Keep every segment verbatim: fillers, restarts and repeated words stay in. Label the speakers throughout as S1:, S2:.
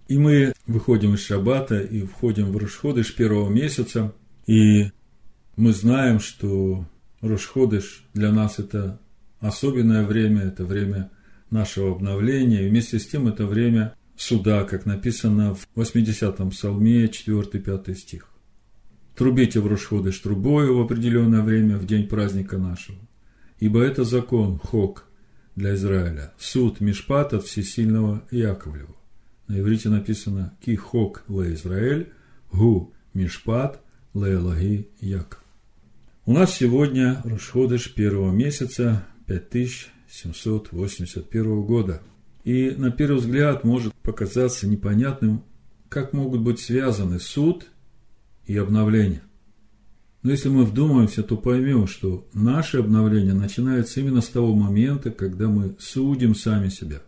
S1: И мы выходим из Шаббата и входим в Рош-ходеш первого месяца. И мы знаем, что Рош-ходеш для нас это особенное время, это время нашего обновления. И вместе с тем это время суда, как написано в восьмидесятом псалме, четвёртый-пятый стих. «Трубите в Рош-ходеш трубою в определенное время, в день праздника нашего. Ибо это закон, хок, для Израиля, суд мишпат от всесильного Яковлева». На иврите написано «Ки хок ле Израиль, гу мишпат ле Элоги Яков». У нас сегодня Рош-ходеш первого месяца пять тысяч семьсот восемьдесят первого года. И на первый взгляд может показаться непонятным, как могут быть связаны суд и обновление. Но если мы вдумаемся, то поймем, что наше обновление начинается именно с того момента, когда мы судим сами себя.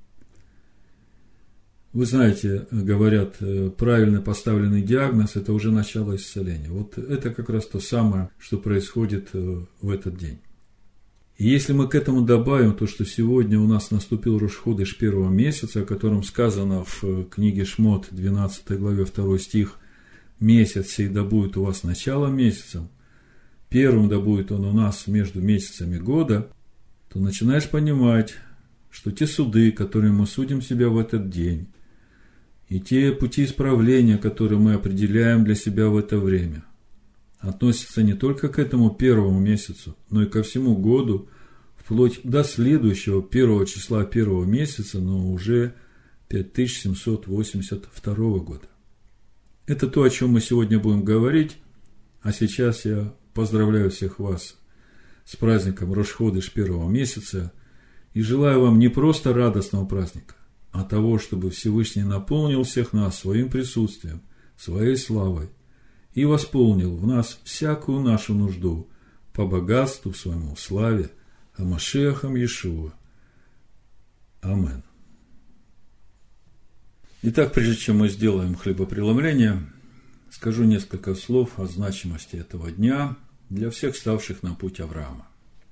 S1: Вы знаете, говорят, правильно поставленный диагноз – это уже начало исцеления. Вот это как раз то самое, что происходит в этот день. И если мы к этому добавим то, что сегодня у нас наступил Рош-ходеш первого месяца, о котором сказано в книге Шмот, двенадцатой главе, второй стих, «Месяц сей да будет у вас началом месяцем, первым да будет он у нас между месяцами года», то начинаешь понимать, что те суды, которые мы судим себя в этот день, и те пути исправления, которые мы определяем для себя в это время, относятся не только к этому первому месяцу, но и ко всему году, вплоть до следующего первого числа первого месяца, но уже пять тысяч семьсот восемьдесят второго года. Это то, о чем мы сегодня будем говорить, а сейчас я поздравляю всех вас с праздником Рош-ходеш первого месяца и желаю вам не просто радостного праздника, а того, чтобы Всевышний наполнил всех нас своим присутствием, своей славой, и восполнил в нас всякую нашу нужду по богатству своему, славе, а Машиахом Иешуа. Амен. Итак, прежде чем мы сделаем хлебопреломление, скажу несколько слов о значимости этого дня для всех ставших на путь Авраама.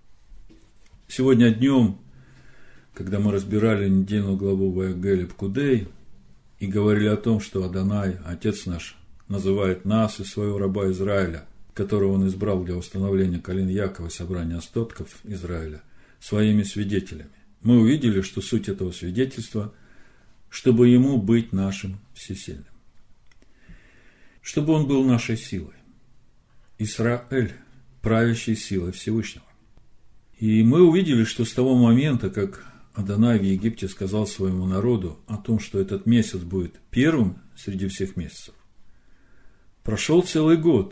S1: Сегодня днем, когда мы разбирали недельную главу Ваегель и Пкудей и говорили о том, что Адонай, Отец наш, называет нас и своего раба Израиля, которого он избрал для установления колен Якова и собрания остатков Израиля, своими свидетелями. Мы увидели, что суть этого свидетельства – чтобы ему быть нашим всесильным. Чтобы он был нашей силой. Исраэль, правящей силой Всевышнего. И мы увидели, что с того момента, как Адонай в Египте сказал своему народу о том, что этот месяц будет первым среди всех месяцев, прошел целый год,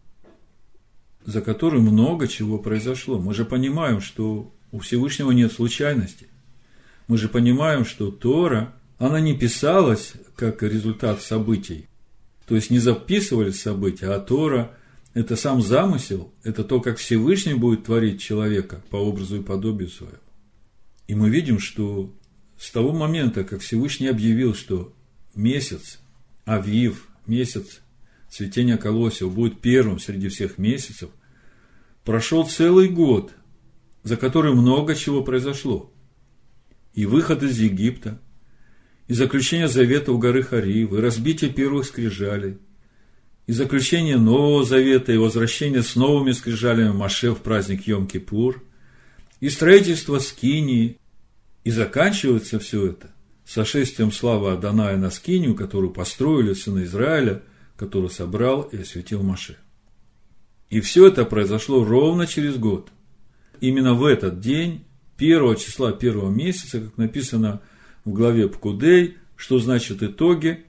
S1: за который много чего произошло. Мы же понимаем, что у Всевышнего нет случайностей. Мы же понимаем, что Тора, она не писалась как результат событий. То есть не записывались события, а Тора – это сам замысел, это то, как Всевышний будет творить человека по образу и подобию своему. И мы видим, что с того момента, как Всевышний объявил, что месяц Авив, месяц цветения колосьев будет первым среди всех месяцев, прошел целый год, за который много чего произошло. И выход из Египта, и заключение завета у горы Харив, и разбитие первых скрижалей, и заключение Нового Завета, и возвращение с новыми скрижалями Моше в праздник Йом-Кипур, и строительство Скинии, и заканчивается все это сошествием славы Адоная на Скинию, которую построили сыны Израиля, которую собрал и осветил Моше. И все это произошло ровно через год. Именно в этот день, первого числа первого месяца, как написано в главе Пкудей, что значит итоги,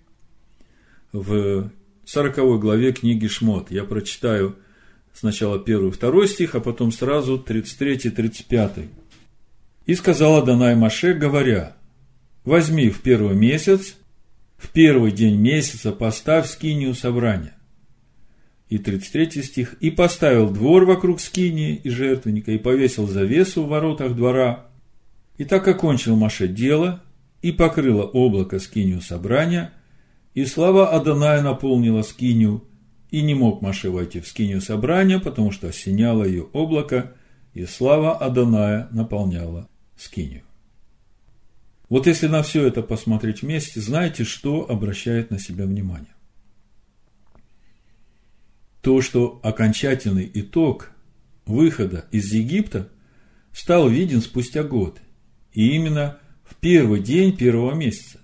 S1: в сороковой главе книги Шмот. Я прочитаю сначала первый и второй стих, а потом сразу тридцать третий и тридцать пятый. «И сказал Адонай Моше, говоря: возьми в первый месяц, в первый день месяца поставь скинию собрания». И тридцать третий стих. «И поставил двор вокруг скинии и жертвенника, и повесил завесу в воротах двора. И так окончил Моше дело, и покрыло облако скинию собрания, и слава Адоная наполнила скинию, и не мог Моше войти в скинию собрания, потому что осеняло ее облако, и слава Адоная наполняла скинию». Вот если на все это посмотреть вместе, знаете, что обращает на себя внимание? То, что окончательный итог выхода из Египта стал виден спустя год, и именно в первый день первого месяца.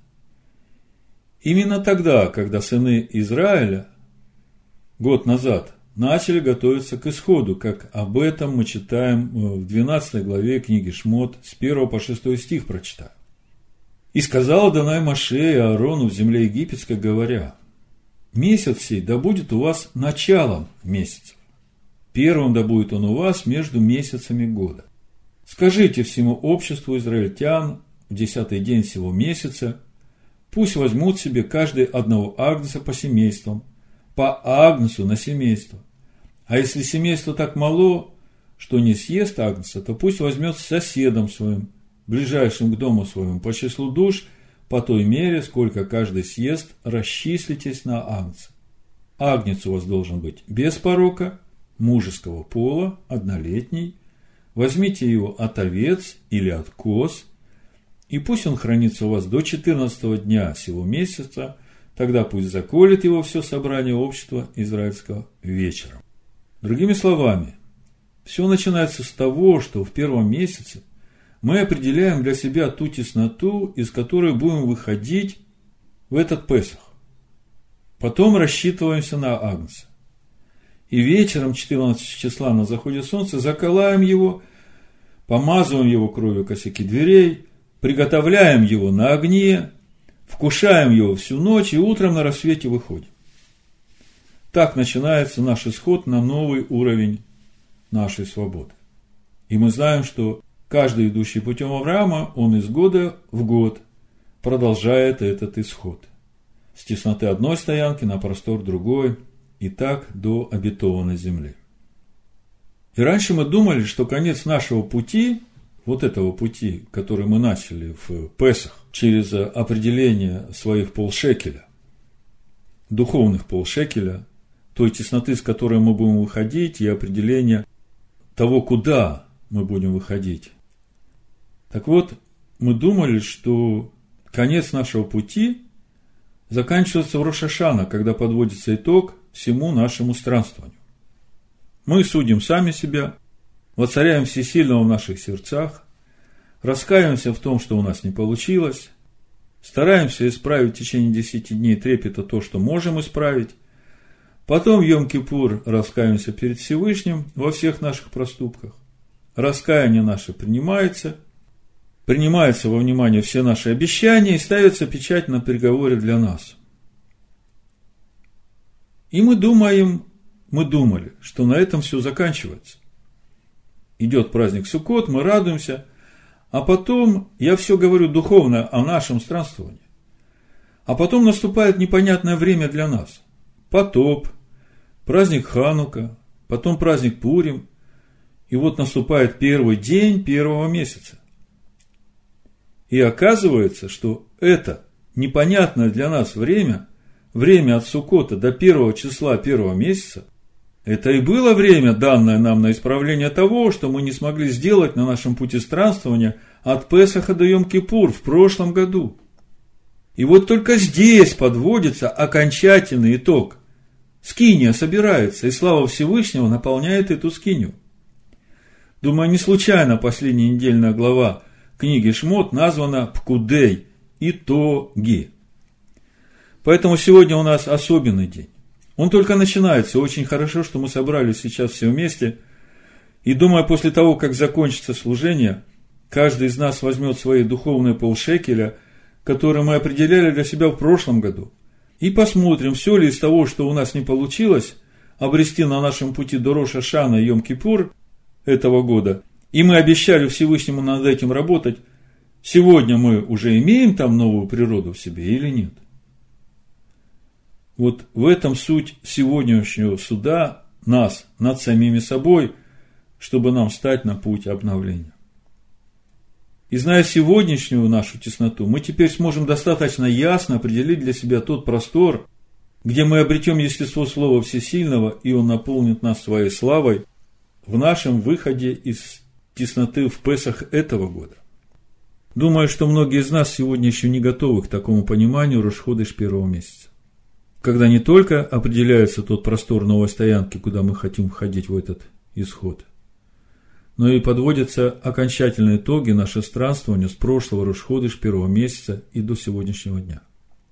S1: Именно тогда, когда сыны Израиля год назад начали готовиться к исходу, как об этом мы читаем в двенадцатой главе книги Шмот, с первого по шестой стих прочитаем. «И сказал Адонай Моше и Аарону в земле египетской, говоря: месяц сей да будет у вас началом месяцев, первым да будет он у вас между месяцами года. Скажите всему обществу израильтян в десятый день сего месяца, пусть возьмут себе каждый одного агнца по семействам, по агнцу на семейство. А если семейство так мало, что не съест агнца, то пусть возьмет с соседом своим, ближайшим к дому своему, по числу душ, по той мере, сколько каждый съест, расчислитесь на агнца. Агнец у вас должен быть без порока, мужеского пола, однолетний. Возьмите его от овец или от коз, и пусть он хранится у вас до четырнадцатого дня сего месяца, тогда пусть заколет его все собрание общества израильского вечером». Другими словами, все начинается с того, что в первом месяце мы определяем для себя ту тесноту, из которой будем выходить в этот Песах. Потом рассчитываемся на агнца. И вечером четырнадцатого числа на заходе солнца заколаем его, помазываем его кровью косяки дверей, приготовляем его на огне, вкушаем его всю ночь и утром на рассвете выходим. Так начинается наш исход на новый уровень нашей свободы. И мы знаем, что каждый, идущий путем Авраама, он из года в год продолжает этот исход. С тесноты одной стоянки на простор другой, и так до обетованной земли. И раньше мы думали, что конец нашего пути, вот этого пути, который мы начали в Песах, через определение своих полшекеля, духовных полшекеля, той тесноты, с которой мы будем выходить, и определение того, куда мы будем выходить. Так вот, мы думали, что конец нашего пути заканчивается в Рош ха-Шана, когда подводится итог всему нашему странствованию. Мы судим сами себя, воцаряем всесильного в наших сердцах, раскаиваемся в том, что у нас не получилось, стараемся исправить в течение десяти дней трепета то, что можем исправить, потом в Йом-Кипур раскаиваемся перед Всевышним во всех наших проступках. Раскаяние наше принимается, принимаются во внимание все наши обещания и ставится печать на приговоре для нас. И мы думаем, мы думали, что на этом все заканчивается. Идет праздник Суккот, мы радуемся, а потом, я все говорю духовно о нашем странствовании, а потом наступает непонятное время для нас. Потоп, праздник Ханука, потом праздник Пурим, и вот наступает первый день первого месяца. И оказывается, что это непонятное для нас время, время от Суккота до первого числа первого месяца, это и было время, данное нам на исправление того, что мы не смогли сделать на нашем пути странствования от Песаха до Йом-Кипур в прошлом году. И вот только здесь подводится окончательный итог. Скиния собирается, и слава Всевышнего наполняет эту скинию. Думаю, не случайно последняя недельная глава книги Шмот названа Пкудей, итоги. Поэтому сегодня у нас особенный день. Он только начинается. Очень хорошо, что мы собрались сейчас все вместе. И думаю, после того, как закончится служение, каждый из нас возьмет свои духовные полшекеля, которые мы определяли для себя в прошлом году, и посмотрим, все ли из того, что у нас не получилось обрести на нашем пути до Рош ха-Шана и Йом-Кипур этого года, и мы обещали Всевышнему над этим работать, сегодня мы уже имеем там новую природу в себе или нет? Вот в этом суть сегодняшнего суда нас над самими собой, чтобы нам встать на путь обновления. И зная сегодняшнюю нашу тесноту, мы теперь сможем достаточно ясно определить для себя тот простор, где мы обретем естество Слова Всесильного, и Он наполнит нас своей славой в нашем выходе из тесноты в Песах этого года. Думаю, что многие из нас сегодня еще не готовы к такому пониманию Рош ходеш первого месяца, когда не только определяется тот простор новой стоянки, куда мы хотим входить в этот исход, но и подводятся окончательные итоги нашего странствования с прошлого Рош ходеш первого месяца и до сегодняшнего дня.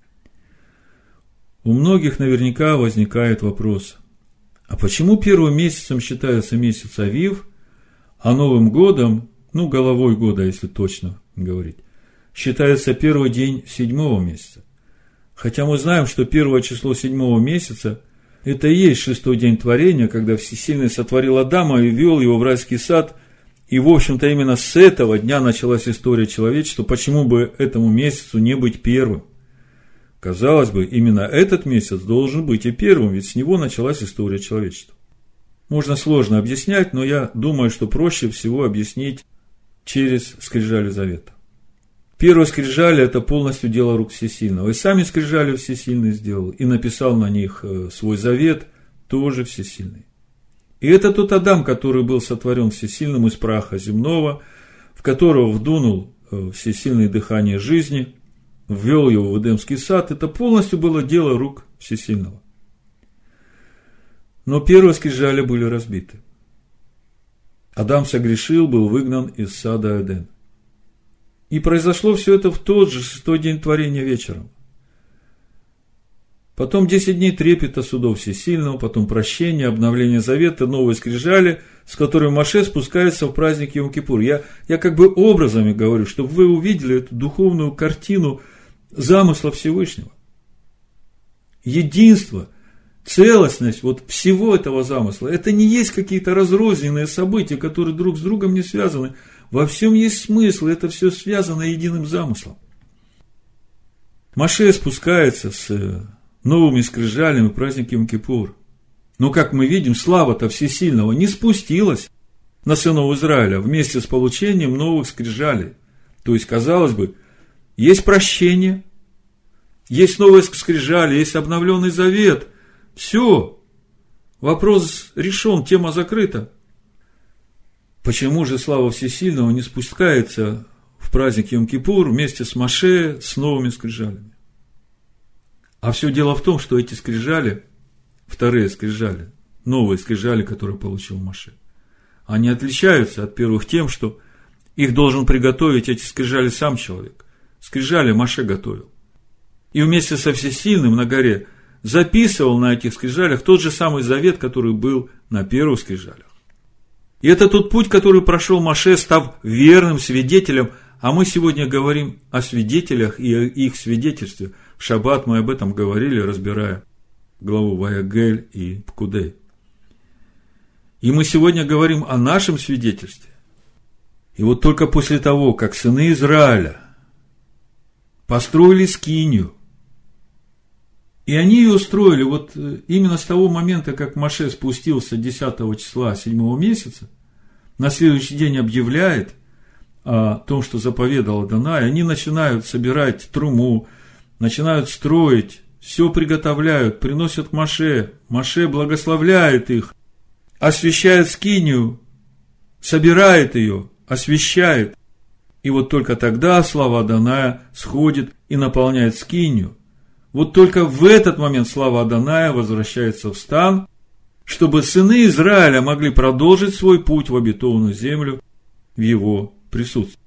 S1: У многих наверняка возникает вопрос: а почему первым месяцем считается месяц Авив, а Новым годом, ну, головой года, если точно говорить, считается первый день седьмого месяца? Хотя мы знаем, что первое число седьмого месяца – это и есть шестой день творения, когда Всесильный сотворил Адама и ввел его в райский сад. И, в общем-то, именно с этого дня началась история человечества. Почему бы этому месяцу не быть первым? Казалось бы, именно этот месяц должен быть и первым, ведь с него началась история человечества. Можно сложно объяснять, но я думаю, что проще всего объяснить через скрижали завета. Первые скрижали – это полностью дело рук Всесильного. И сами скрижали Всесильный сделал, и написал на них свой завет тоже Всесильный. И это тот Адам, который был сотворен Всесильным из праха земного, в которого вдунул Всесильное дыхание жизни, ввел его в Эдемский сад. Это полностью было дело рук Всесильного. Но первые скрижали были разбиты. Адам согрешил, был выгнан из сада Эдем. И произошло все это в тот же шестой день творения вечером. Потом десять дней трепета судов Всесильного, потом прощение, обновление завета, новые скрижали, с которыми Моше спускается в праздник Йом-Кипур. Я, я как бы образами говорю, чтобы вы увидели эту духовную картину замысла Всевышнего. Единство, целостность вот всего этого замысла. Это не есть какие-то разрозненные события, которые друг с другом не связаны. Во всем есть смысл, это все связано единым замыслом. Моше спускается с новыми скрижалями в праздник Йом-Кипур. Но, как мы видим, слава-то Всесильного не спустилась на сынов Израиля вместе с получением новых скрижалей. То есть, казалось бы, есть прощение, есть новые скрижали, есть обновленный завет. Все, вопрос решен, тема закрыта. Почему же слава Всесильного не спускается в праздник Йом-Кипур вместе с Моше, с новыми скрижалями? А все дело в том, что эти скрижали, вторые скрижали, новые скрижали, которые получил Моше, они отличаются от первых тем, что их должен приготовить эти скрижали сам человек. Скрижали Моше готовил. И вместе со Всесильным на горе записывал на этих скрижалях тот же самый завет, который был на первых скрижалях. И это тот путь, который прошел Моше, став верным свидетелем. А мы сегодня говорим о свидетелях и о их свидетельстве. В шаббат мы об этом говорили, разбирая главу Ваягель и Пкудей. И мы сегодня говорим о нашем свидетельстве. И вот только после того, как сыны Израиля построили скинию, и они ее устроили вот именно с того момента, как Моше спустился десятого числа седьмого месяца, на следующий день объявляет о том, что заповедал Адонай, они начинают собирать труму, начинают строить, все приготовляют, приносят Моше, Моше благословляет их, освящает скинию, собирает ее, освящает. И вот только тогда слава Адоная сходит и наполняет скинию. Вот только в этот момент слава Адоная возвращается в стан, чтобы сыны Израиля могли продолжить свой путь в обетованную землю в его присутствии.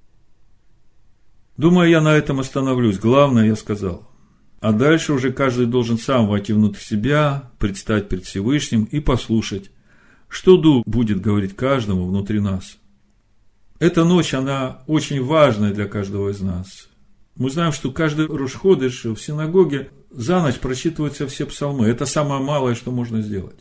S1: Думаю, я на этом остановлюсь. Главное я сказал. А дальше уже каждый должен сам войти внутрь себя, предстать перед Всевышним и послушать, что Дух будет говорить каждому внутри нас. Эта ночь, она очень важная для каждого из нас. Мы знаем, что каждый Рош ходеш в синагоге за ночь прочитываются все псалмы. Это самое малое, что можно сделать.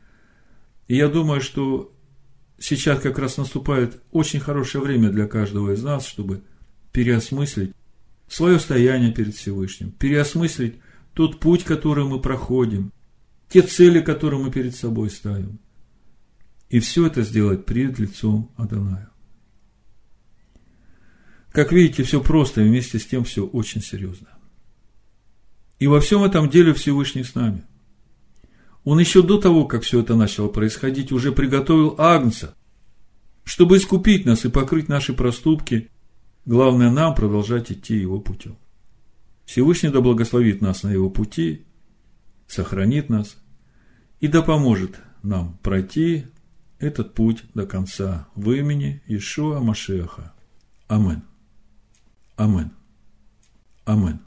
S1: И я думаю, что сейчас как раз наступает очень хорошее время для каждого из нас, чтобы переосмыслить свое стояние перед Всевышним, переосмыслить тот путь, который мы проходим, те цели, которые мы перед собой ставим. И все это сделать пред лицом Адоная. Как видите, все просто, и вместе с тем все очень серьезно. И во всем этом деле Всевышний с нами. Он еще до того, как все это начало происходить, уже приготовил Агнца, чтобы искупить нас и покрыть наши проступки, Главное нам продолжать идти его путем. Всевышний да благословит нас на его пути, сохранит нас и да поможет нам пройти этот путь до конца в имени Иешуа Машиаха. Амин. Амин. Амин.